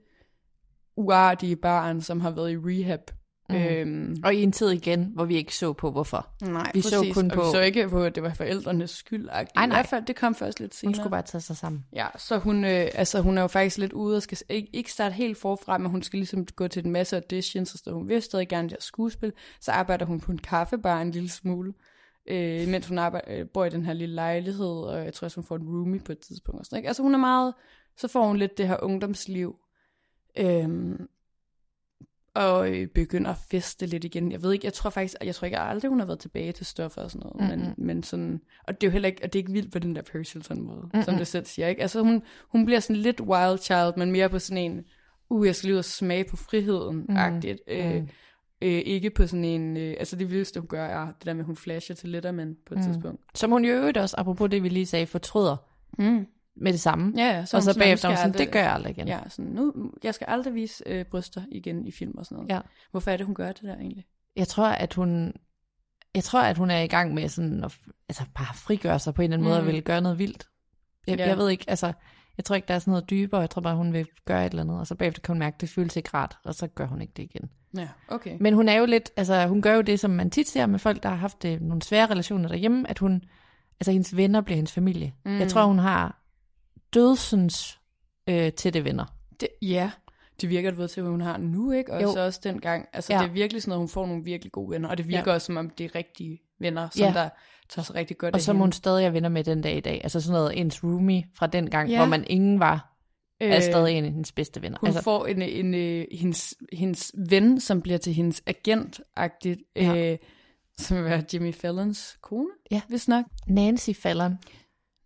uartige barn, som har været i rehab. Mm. Øhm, og i en tid igen, hvor vi ikke så på, hvorfor. Nej, vi præcis. Så kun på... Og vi så ikke på, at det var forældrenes skyld. Ej, nej. I hvert fald, det kom først lidt senere. Hun skulle bare tage sig sammen. Ja, så hun, øh, altså, hun er jo faktisk lidt ude og skal ikke, ikke starte helt forfra, men hun skal ligesom gå til en masse auditions, og så hun vil stadig gerne der skuespil. Så arbejder hun på en kaffebar en lille smule, øh, mens hun arbejder, øh, bor i den her lille lejlighed, og jeg tror også, hun får en roomie på et tidspunkt. Og sådan, ikke? Altså hun er meget, så får hun lidt det her ungdomsliv. Øhm, og begynder at feste lidt igen. Jeg ved ikke, jeg tror faktisk, jeg tror ikke aldrig, hun har været tilbage til stoffer og sådan noget, mm-hmm. men, men sådan, og det er jo heller ikke, og det er ikke vildt på den der Paris Hilton måde, mm-hmm. som det selv siger, ikke? Altså hun, hun bliver sådan lidt wild child, men mere på sådan en, uh, jeg skal lige ud og smage på friheden-agtigt, mm-hmm. øh, øh, ikke på sådan en, øh, altså det vildeste hun gør, er det der med, at hun flasher til Letterman på et mm. tidspunkt. Som hun jo øvrigt også, apropos det vi lige sagde, fortryder. Mm. Med det samme. Ja, ja, så og så sådan, bagefter sådan, aldrig, det gør jeg aldrig igen. Ja, sådan, nu, jeg skal aldrig vise øh, bryster igen i film og sådan noget. Ja. Hvorfor er det, hun gør det der egentlig? Jeg tror, at hun, jeg tror, at hun er i gang med sådan, at, altså bare frigøre sig på en eller anden mm. måde, og vil gøre noget vildt. Jeg, ja. jeg ved ikke, altså, jeg tror ikke, der er sådan noget dybere, jeg tror bare, hun vil gøre et eller andet, og så bagefter kan hun mærke, at det føles ikke rart, og så gør hun ikke det igen. Ja, okay. Men hun er jo lidt, altså hun gør jo det, som man tit ser med folk, der har haft øh, nogle svære relationer derhjemme, at hun, altså hendes venner bliver hendes familie. Mm. Jeg tror, hun har dødsens øh, tætte venner. Det, ja, det virker det ved til, hvad hun har nu, ikke? Og jo. Så også dengang. Altså, ja. Det er virkelig sådan noget, hun får nogle virkelig gode venner, og det virker ja. Også, som om det er rigtige venner, som ja. Der tager sig rigtig godt og af som hende. Hun stadig er venner med den dag i dag. Altså sådan noget, ens roomie fra den gang, ja. Hvor man ingen var, øh, er stadig en af hendes bedste venner. Hun altså, får en, en, en, hendes, hendes ven, som bliver til hendes agent-agtigt, ja. øh, som vil være Jimmy Fallons kone, ja. Hvis nok. Nancy Fallon.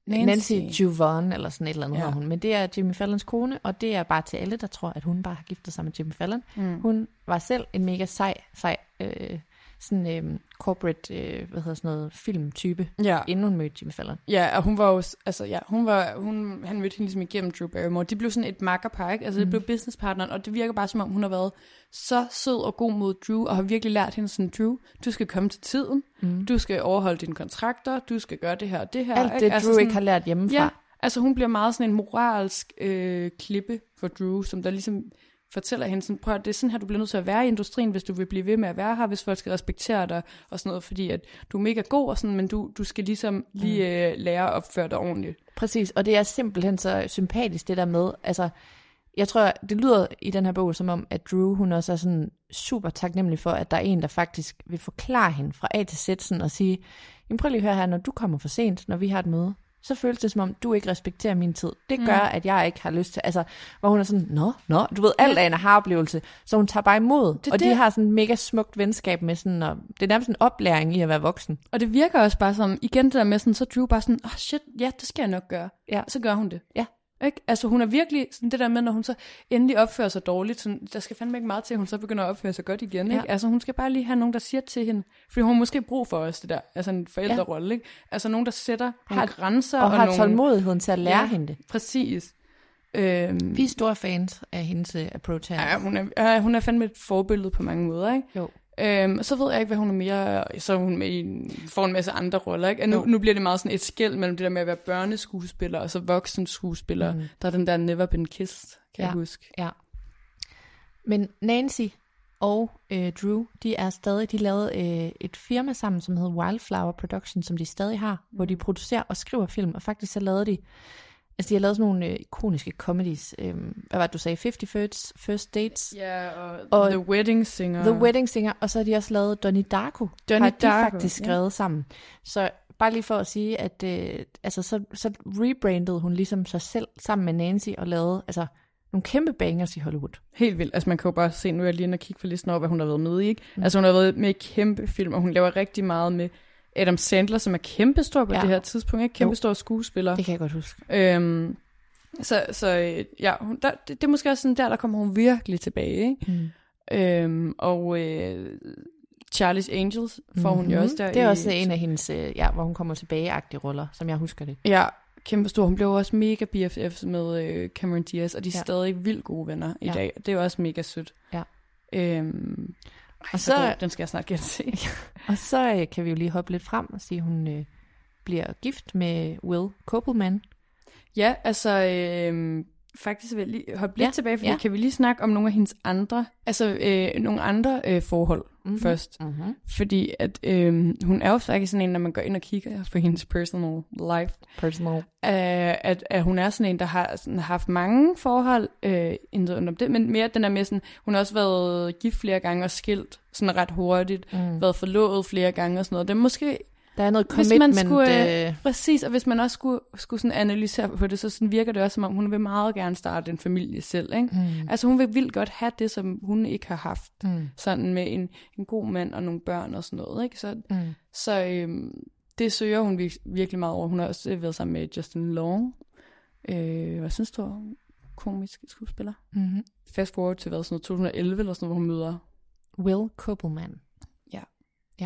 Nancy, Nancy Juvon, eller sådan et eller andet Ja. ja. hun. Men det er Jimmy Fallons kone, og det er bare til alle, der tror, at hun bare har giftet sig med Jimmy Fallon. Mm. Hun var selv en mega sej, sej øh, sådan øh, corporate, øh, hvad hedder sådan noget, filmtype, Ja. inden hun mødte Jimmy Fallon. Ja, og hun var jo, altså ja, hun var, hun, han mødte hende ligesom igennem Drew Barrymore. De blev sådan et makkerpar, ikke? Altså det Mm. blev businesspartneren, og det virker bare som om, hun har været så sød og god mod Drew, og har virkelig lært hende sådan, Drew, du skal komme til tiden, mm. du skal overholde dine kontrakter, du skal gøre det her og det her. Alt det, ikke? Drew Altså sådan, ikke har lært hjemmefra. Ja, altså hun bliver meget sådan en moralsk øh, klippe for Drew, som der ligesom fortæller hende sådan, prøv at det er sådan her, du bliver nødt til at være i industrien, hvis du vil blive ved med at være her, hvis folk skal respektere dig og sådan noget, fordi at du er mega god og sådan, men du, du skal ligesom lige øh, lære at opføre dig ordentligt. Præcis, og det er simpelthen så sympatisk, det der med, altså, jeg tror, det lyder i den her bog som om, at Drew, hun også er sådan super taknemmelig for, at der er en, der faktisk vil forklare hende fra A til Z, sådan og sige, jamen prøv lige at høre her, når du kommer for sent, når vi har et møde, så føles det som om, du ikke respekterer min tid. Det gør, mm. at jeg ikke har lyst til, altså, hvor hun er sådan, nå, nå, du ved, alt er en aha-oplevelse, så hun tager bare imod, det, og de det. har sådan en mega smukt venskab med sådan, og det er nærmest en oplæring i at være voksen. Og det virker også bare som, igen det der med sådan, så Drew bare sådan, åh oh, shit, ja, det skal jeg nok gøre. Ja. Så gør hun det. Ja. Ikke? Altså hun er virkelig sådan det der med, når hun så endelig opfører sig dårligt, sådan, der skal fandme ikke meget til, at hun så begynder at opføre sig godt igen. Ikke? Ja. Altså hun skal bare lige have nogen, der siger til hende, fordi hun har måske brug for os det der, altså en forældrerolle. Ja. Ikke? Altså nogen, der sætter nogle har, grænser. Og, og har nogle... tålmodigheden til at lære ja, hende det. Præcis. Øhm... Vi er store fans af hendes approach her. Ja, hun er, ja, hun er fandme et forbillede på mange måder, ikke? Jo. Øhm, og så ved jeg ikke, hvad hun er mere, så er hun med i, får en masse andre roller, ikke? Og nu, nu bliver det meget sådan et skel mellem det der med at være børneskuespiller og så voksen skuespiller. Mm. Der er den der Never Been Kissed, kan ja, jeg huske. Ja. Men Nancy og øh, Drew, de er stadig, de lavede øh, et firma sammen, som hedder Wildflower Production, som de stadig har, hvor de producerer og skriver film, og faktisk så lavede de, altså de har lavet sådan nogle øh, ikoniske comedies, øh, hvad var det, du sagde, fifty First, First Dates? Ja, og, og The Wedding Singer. The Wedding Singer, og så har de også lavet Donnie Darko, Donnie har de Darko, faktisk skrevet ja. sammen. Så bare lige for at sige, at øh, altså, så, så rebrandede hun ligesom sig selv sammen med Nancy, og lavede altså nogle kæmpe bangers i Hollywood. Helt vildt. Altså man kan jo bare se, nu er jeg lige inde og kigge på listen over, hvad hun har været med i, ikke? Mm. Altså hun har været med i kæmpe film, og hun laver rigtig meget med Adam Sandler, som er kæmpestor på ja. det her tidspunkt, ikke? Kæmpestor skuespiller. Det kan jeg godt huske. Øhm, så, så ja, hun, der, det, det er måske også sådan der, der kommer hun virkelig tilbage, ikke? Mm. Øhm, og øh, Charlie's Angels får mm-hmm. hun jo også der. Det er i, også en af hendes, ja, hvor hun kommer tilbage-agtige roller, som jeg husker det. Ja, kæmpestor. Hun blev også mega B F F's med øh, Cameron Diaz, og de er ja. stadig vildt gode venner i ja. dag. Det er jo også mega sødt. Ja. Øhm, ej, og så, så, den skal jeg snart gense. Og så øh, kan vi jo lige hoppe lidt frem og sige, at hun øh, bliver gift med Will Copeland. Ja, altså øh, faktisk vil jeg lige hoppe lidt ja, tilbage, fordi ja. kan vi lige snakke om nogle af hendes andre, altså øh, nogle andre øh, forhold mm-hmm. først. Mm-hmm. Fordi at øh, hun er jo faktisk sådan en, når man går ind og kigger på hendes personal life, personal. Øh, at, at hun er sådan en, der har sådan, haft mange forhold øh, inden om det, men mere den er mere sådan, hun har også været gift flere gange og skilt sådan ret hurtigt, mm. været forlovet flere gange og sådan noget. Det er måske der er noget commitment. Hvis man skulle, øh, præcis, og hvis man også skulle, skulle sådan analysere på det, så sådan virker det også, som om hun vil meget gerne starte en familie selv. Ikke? Mm. Altså hun vil vildt godt have det, som hun ikke har haft. Mm. Sådan med en, en god mand og nogle børn og sådan noget. Ikke? Så, mm. så øhm, det søger hun virkelig meget over. Hun har også været sammen med Justin Long. Øh, hvad synes du om komisk skuespiller? Mm-hmm. Fast forward til hvad, sådan noget to tusind og elleve eller sådan noget, hvor hun møder Will Copeland. Ja. Ja.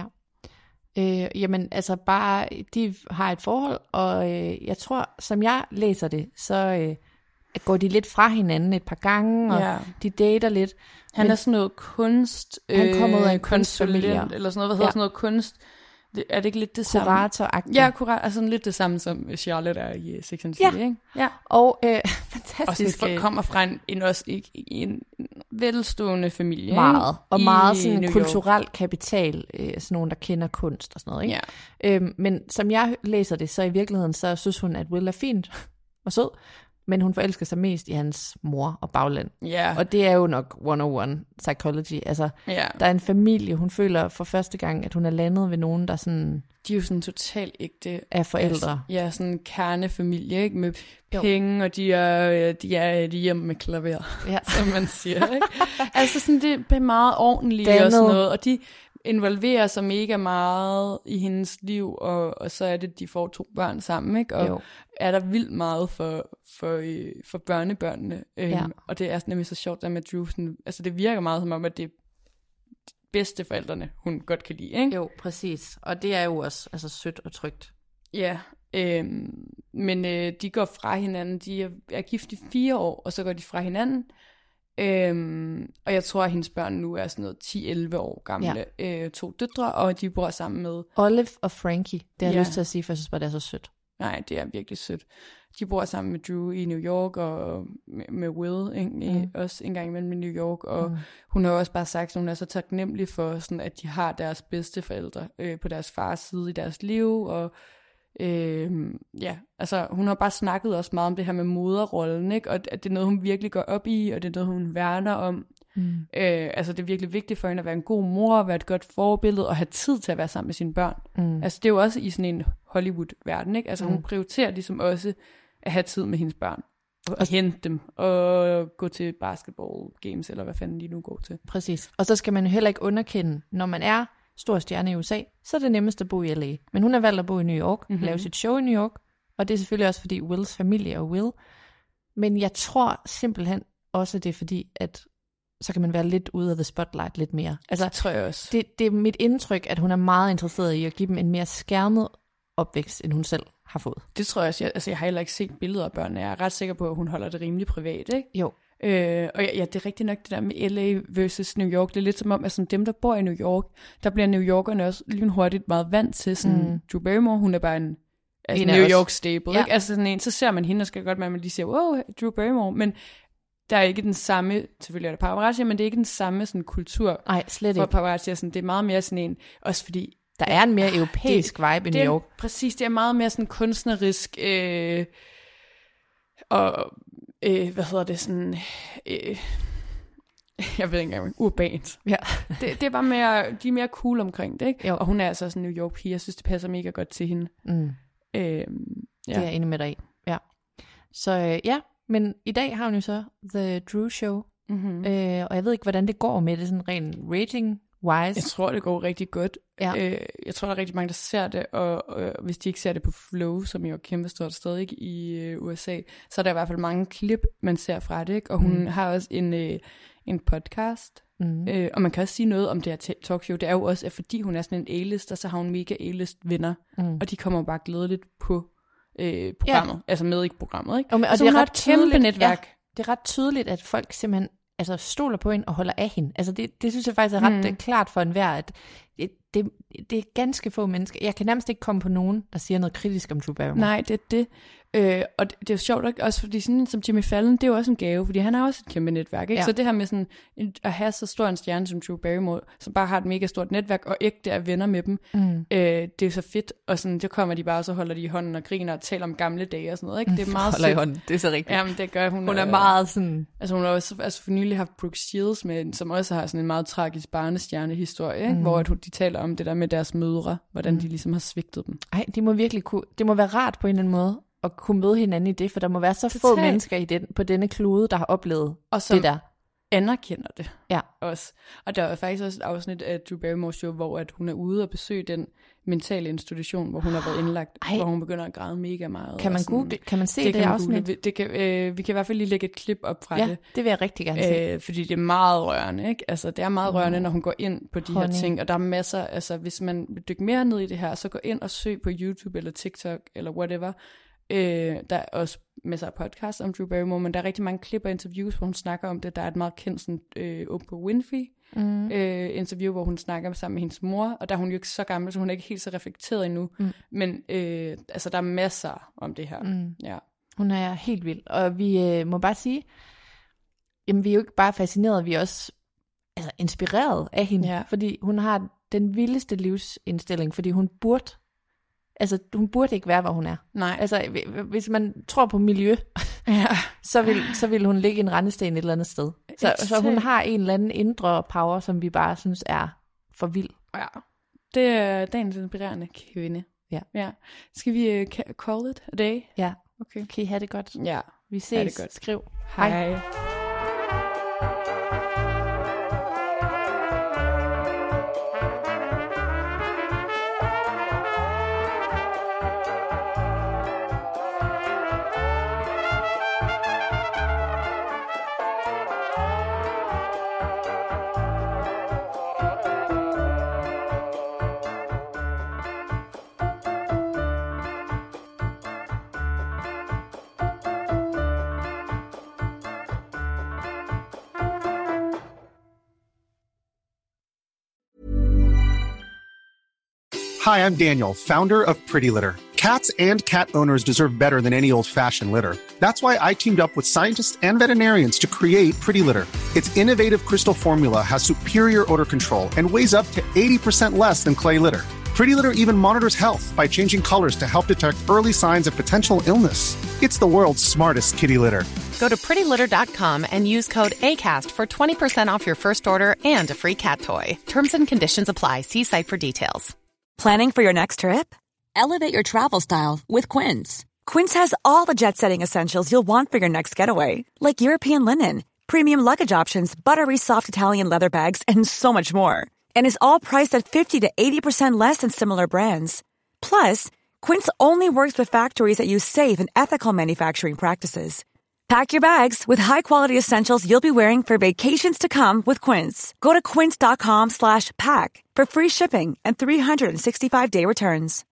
Øh, jamen, altså bare, de har et forhold, og øh, jeg tror, som jeg læser det, så øh, går de lidt fra hinanden et par gange, og ja. de dater lidt. Han men, er sådan noget kunst... Han kommer ud af en kunstfamilie. Eller sådan noget, hvad hedder ja. sådan noget kunst... Det, er det ikke lidt det samme? Kurator-agtigt. Ja, kurator, altså lidt det samme som Charlotte er i Sex and the City, ja. ikke? Ja, og øh, fantastisk. Og kommer fra en, en, også, ikke, en velstående familie. Meget, og I meget sådan en kulturel kapital, øh, sådan nogen, der kender kunst og sådan noget, ikke? Ja. Øhm, men som jeg læser det, så i virkeligheden, så synes hun, at Will er fint og sød, men hun forelsker sig mest i hans mor og bagland. Yeah. Og det er jo nok one oh one psychology. Altså, yeah. der er en familie, hun føler for første gang, at hun er landet ved nogen, der sådan... De er jo sådan totalt ægte... Er forældre. Altså, ja, sådan en kernefamilie, ikke? Med jo. Penge, og de er, de er de hjemme med klaver, ja. som man siger, ikke? Altså sådan, det er meget ordentligt og sådan noget, og de... involverer sig mega meget i hendes liv, og, og så er det, de får to børn sammen, ikke? Og jo. er der vildt meget for, for, øh, for børnebørnene. Øhm, Ja. Og det er nemlig så sjovt der med Drew. Sådan, altså det virker meget som om, at det er bedste forældrene, hun godt kan lide, ikke? Jo, præcis. Og det er jo også altså, sødt og trygt. Ja, øhm, men øh, de går fra hinanden. De er, er gift i fire år, og så går de fra hinanden. Øhm, og jeg tror, at hendes børn nu er sådan noget ti elleve år gamle. Ja. Øh, to døtre, og de bor sammen med... Olive og Frankie, det har jeg Ja. lyst til at sige, for jeg synes bare, det er så sødt. Nej, det er virkelig sødt. De bor sammen med Drew i New York, og med, med Will ikke? Mm. Også en gang imellem i New York. Og Mm. hun har også bare sagt, at hun er så taknemmelig for, sådan, at de har deres bedste forældre øh, på deres fars side i deres liv. Og øh, ja, altså hun har bare snakket også meget om det her med moderrollen, ikke? Og at det er noget, hun virkelig går op i, og det er noget, hun værner om. Mm. Øh, altså det er virkelig vigtigt for hende at være en god mor, være et godt forbillede, og have tid til at være sammen med sine børn. Mm. Altså det er jo også i sådan en Hollywood-verden, ikke? Altså Mm. hun prioriterer ligesom også at have tid med hendes børn, og, og hente dem, og gå til basketball games, eller hvad fanden de nu går til. Præcis. Og så skal man jo heller ikke underkende, når man er stor stjerne i U S A, så er det nemmest at bo i L A. Men hun har valgt at bo i New York, Mhm. mm-hmm. lave sit show i New York, og det er selvfølgelig også fordi Wills familie og Will. Men jeg tror simpelthen også, det er fordi, at så kan man være lidt ude af the spotlight lidt mere. Altså, Det tror jeg også. det, det er mit indtryk, at hun er meget interesseret i at give dem en mere skærmet opvækst, end hun selv har fået. Det tror jeg også. Jeg, altså jeg har heller ikke set billeder af børnene. Jeg er ret sikker på, at hun holder det rimelig privat, ikke? Jo. Øh, og ja, ja, det er rigtigt nok det der med L A versus New York. Det er lidt som om, at sådan, dem, der bor i New York, der bliver New Yorkerne også lynhurtigt meget vant til. Sådan, Mm. Drew Barrymore, hun er bare en, altså En af New os. York staple. Ja. Ikke? Altså sådan en, så ser man hende, og skal godt med, at man lige siger, wow, Drew Barrymore. Men der er ikke den samme, selvfølgelig er der paparazzi, men det er ikke den samme sådan, kultur Nej, slet for ikke. paparazzi. Sådan, det er meget mere sådan en, også fordi Der er en mere europæisk vibe i det New er, York. præcis, det er meget mere sådan kunstnerisk, øh, og øh, hvad hedder det, sådan, øh, jeg ved ikke engang, urbant. Ja. Det, det er bare mere, de er mere cool omkring det, ikke? Jo. Og hun er altså sådan en New York pige, jeg synes, det passer mega godt til hende. Mm. Øh, Det ja. er jeg enig med dig i. Ja. Så øh, ja, men i dag har hun jo så The Drew Show. Mm-hmm. Øh, og jeg ved ikke, hvordan det går med det sådan rent rating-wise. Jeg tror, det går rigtig godt. Ja. Øh, jeg tror, der er rigtig mange, der ser det, og, og hvis de ikke ser det på Flow, som jo er kæmpestort stadig i øh, U S A, så er der i hvert fald mange klip, man ser fra det, ikke? Og hun Mm. har også en, øh, en podcast, Mm. øh, og man kan også sige noget om det her t- talkshow. Det er jo også, at fordi hun er sådan en A-list, og så har hun mega A-list venner, Mm. og de kommer jo bare glædeligt på øh, programmet, ja. altså med i programmet, ikke? Og, med, og Altså, det er hun har ret et kæmpe tydeligt, netværk. Ja, det er ret tydeligt, at folk simpelthen altså, stoler på hende og holder af hende. Altså det, det synes jeg faktisk er ret Mm. mm. klart for enhver, at det, det, det er ganske få mennesker. Jeg kan nærmest ikke komme på nogen, der siger noget kritisk om Drew Barrymore. Nej, det er det. Øh, og det, det er jo sjovt ikke? Også fordi sådan en som Jimmy Fallon, det er jo også en gave, fordi han har også et kæmpe netværk, ikke? Ja. Så det her med sådan en, at have så stor en stjerne som Drew Barrymore, som bare har et mega stort netværk, og ægte er venner med dem, Mm. øh, det er så fedt, og sådan, så kommer de bare, og så holder de i hånden og griner og taler om gamle dage og sådan noget, ikke? Det er meget Holder i sødt. hånden, det er så rigtigt. Jamen, det gør hun. Hun er øh, meget sådan... Altså hun har også altså for nylig haft Brooke Shields med, som også har sådan en meget tragisk barnestjernehistorie, ikke? Mm. Hvor at hun, de taler om det der med deres mødre, hvordan Mm. de ligesom har svigtet dem. Ej, de må virkelig kunne... Det må være rart på en eller anden måde at kunne møde hinanden i det, for der må være så Totalt. få mennesker i den, på denne klode, der har oplevet Og som det der. anerkender det Ja. også. Og der er faktisk også et afsnit af Drew Barrymore show, hvor at hun er ude og besøge den mentale institution, hvor hun har været indlagt, Ej. hvor hun begynder at græde mega meget. Kan man og sådan, google, kan man se det, det, kan man afsnit? google. Det kan, øh, vi kan i hvert fald lige lægge et klip op fra Ja, det. det vil jeg rigtig gerne se. Øh, fordi det er meget rørende, ikke? Altså, det er meget rørende, når hun går ind på de Honey. her ting, og der er masser, altså, hvis man vil dykke mere ned i det her, så gå ind og søg på YouTube eller TikTok eller whatever. Øh, der er også masser af podcasts om Drew Barrymore, men der er rigtig mange klip og interviews, hvor hun snakker om det. Der er et meget kendt sådan, øh, Oprah Winfrey Mm. øh, interview, hvor hun snakker sammen med hendes mor, og der er hun jo ikke så gammel, så hun er ikke helt så reflekteret endnu. Mm. Men øh, altså, der er masser om det her. Mm. Ja. Hun er helt vild. Og vi øh, må bare sige, jamen vi er jo ikke bare fascineret, vi er også altså, inspireret af hende. Ja. Fordi hun har den vildeste livsindstilling, fordi hun burde, altså hun burde ikke være, hvor hun er. Nej. Altså hv- hvis man tror på miljø, Ja. så vil, så vil hun ligge i en rendesten et eller andet sted. Så, It's så hun sick. har en eller anden indre power, som vi bare synes er for vild. Ja. Det er dagens inspirerende kvinde. Ja. Ja. Skal vi uh, call it a day? Ja, Okay. kan I have det godt? Ja. Vi Ha' det ses. godt. Skriv. Hej. Hej. Hej. Hi, I'm Daniel, founder of Pretty Litter. Cats and cat owners deserve better than any old-fashioned litter. That's why I teamed up with scientists and veterinarians to create Pretty Litter. Its innovative crystal formula has superior odor control and weighs up to eighty percent less than clay litter. Pretty Litter even monitors health by changing colors to help detect early signs of potential illness. It's the world's smartest kitty litter. Go to pretty litter dot com and use code ACAST for twenty percent off your first order and a free cat toy. Terms and conditions apply. See site for details. Planning for your next trip? Elevate your travel style with Quince. Quince has all the jet-setting essentials you'll want for your next getaway, like European linen, premium luggage options, buttery soft Italian leather bags, and so much more. And is all priced at fifty to eighty percent less than similar brands. Plus, Quince only works with factories that use safe and ethical manufacturing practices. Pack your bags with high-quality essentials you'll be wearing for vacations to come with Quince. Go to quince dot com slash pack for free shipping and three sixty-five day returns.